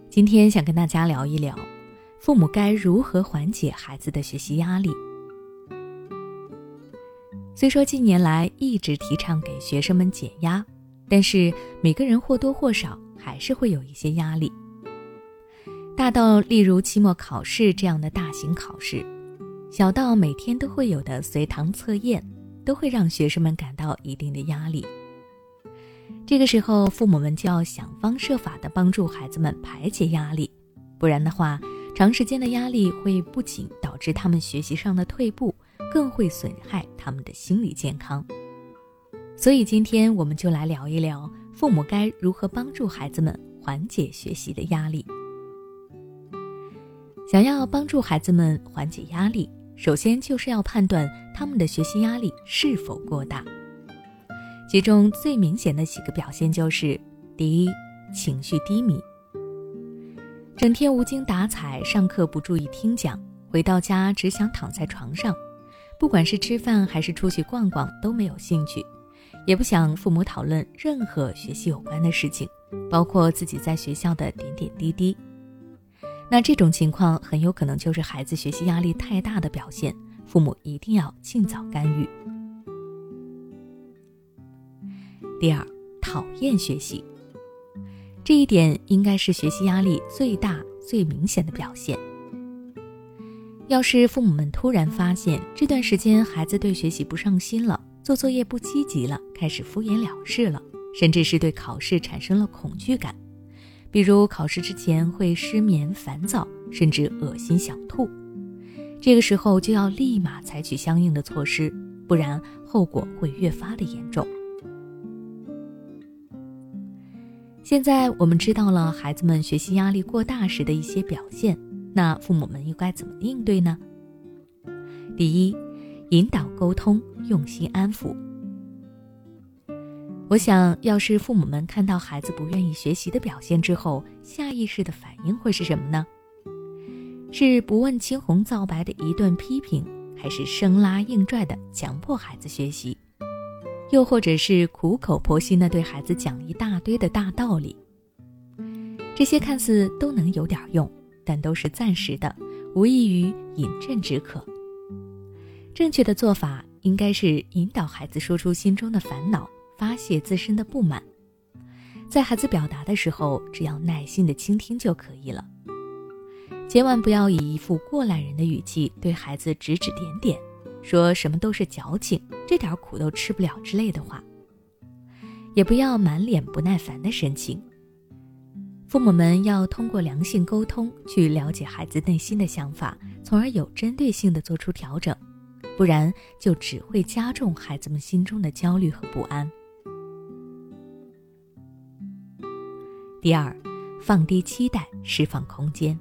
今天想跟大家聊一聊，父母该如何缓解孩子的学习压力。虽说近年来一直提倡给学生们减压，但是每个人或多或少还是会有一些压力。大到例如期末考试这样的大型考试，小到每天都会有的随堂测验，都会让学生们感到一定的压力。这个时候，父母们就要想方设法地帮助孩子们排解压力，不然的话，长时间的压力会不仅导致他们学习上的退步，更会损害他们的心理健康。所以今天我们就来聊一聊，父母该如何帮助孩子们缓解学习的压力。想要帮助孩子们缓解压力，首先就是要判断他们的学习压力是否过大。其中最明显的几个表现就是：第一，情绪低迷，整天无精打采，上课不注意听讲，回到家只想躺在床上，不管是吃饭还是出去逛逛都没有兴趣，也不想父母讨论任何学习有关的事情，包括自己在学校的点点滴滴。那这种情况很有可能就是孩子学习压力太大的表现，父母一定要尽早干预。第二，讨厌学习，这一点应该是学习压力最大最明显的表现。要是父母们突然发现这段时间孩子对学习不上心了，做作业不积极了，开始敷衍了事了，甚至是对考试产生了恐惧感，比如考试之前会失眠烦躁，甚至恶心想吐，这个时候就要立马采取相应的措施，不然后果会越发的严重。现在我们知道了孩子们学习压力过大时的一些表现，那父母们又该怎么应对呢？第一，引导沟通，用心安抚。我想要是父母们看到孩子不愿意学习的表现之后，下意识的反应会是什么呢？是不问青红皂白的一顿批评，还是生拉硬拽的强迫孩子学习？又或者是苦口婆心地对孩子讲一大堆的大道理？这些看似都能有点用，但都是暂时的，无异于饮鸩止渴。正确的做法应该是引导孩子说出心中的烦恼，发泄自身的不满。在孩子表达的时候，只要耐心地倾听就可以了。千万不要以一副过来人的语气对孩子指指点点，说什么都是矫情，这点苦都吃不了之类的话。也不要满脸不耐烦的神情。父母们要通过良性沟通去了解孩子内心的想法，从而有针对性地做出调整，不然就只会加重孩子们心中的焦虑和不安。第二，放低期待，释放空间。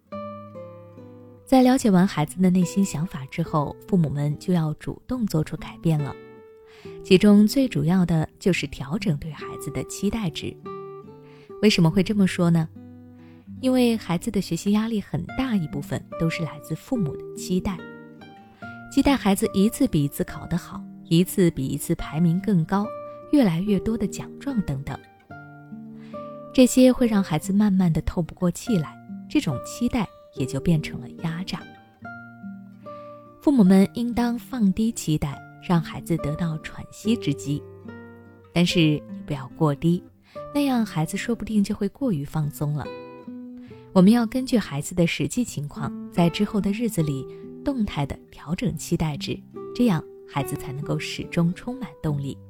在了解完孩子的内心想法之后，父母们就要主动做出改变了。其中最主要的就是调整对孩子的期待值。为什么会这么说呢？因为孩子的学习压力很大一部分都是来自父母的期待，期待孩子一次比一次考得好，一次比一次排名更高，越来越多的奖状等等。这些会让孩子慢慢的透不过气来，这种期待也就变成了压榨。父母们应当放低期待，让孩子得到喘息之机，但是也不要过低，那样孩子说不定就会过于放松了。我们要根据孩子的实际情况，在之后的日子里动态地调整期待值，这样孩子才能够始终充满动力。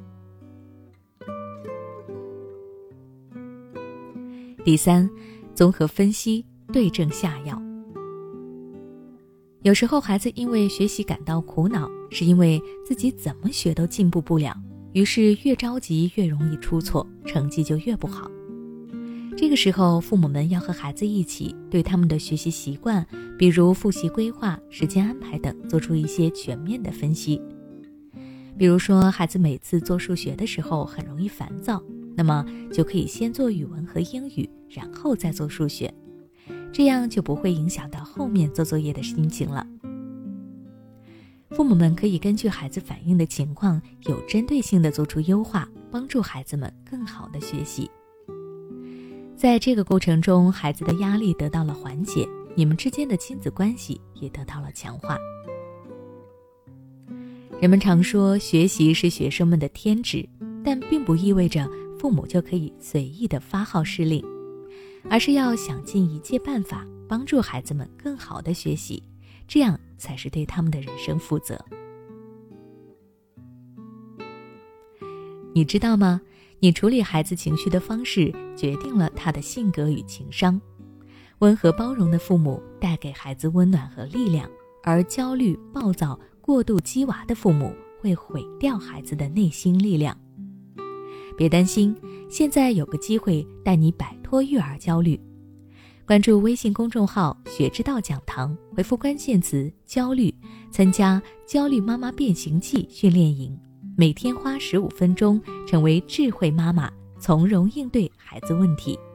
第三，综合分析，对症下药。有时候孩子因为学习感到苦恼，是因为自己怎么学都进步不了，于是越着急越容易出错，成绩就越不好。这个时候，父母们要和孩子一起对他们的学习习惯，比如复习规划、时间安排等，做出一些全面的分析。比如说，孩子每次做数学的时候很容易烦躁，那么就可以先做语文和英语，然后再做数学，这样就不会影响到后面做作业的心情了。父母们可以根据孩子反映的情况，有针对性地做出优化，帮助孩子们更好地学习。 在这个过程中，孩子的压力得到了缓解，你们之间的亲子关系也得到了强化。人们常说学习是学生们的天职，但并不意味着父母就可以随意的发号施令，而是要想尽一切办法帮助孩子们更好的学习，这样才是对他们的人生负责。你知道吗？你处理孩子情绪的方式决定了他的性格与情商。温和包容的父母带给孩子温暖和力量，而焦虑、暴躁、过度激娃的父母会毁掉孩子的内心力量。别担心，现在有个机会带你摆脱育儿焦虑。关注微信公众号学之道讲堂，回复关键词焦虑，参加焦虑妈妈变形记训练营，每天花15分钟，成为智慧妈妈，从容应对孩子问题。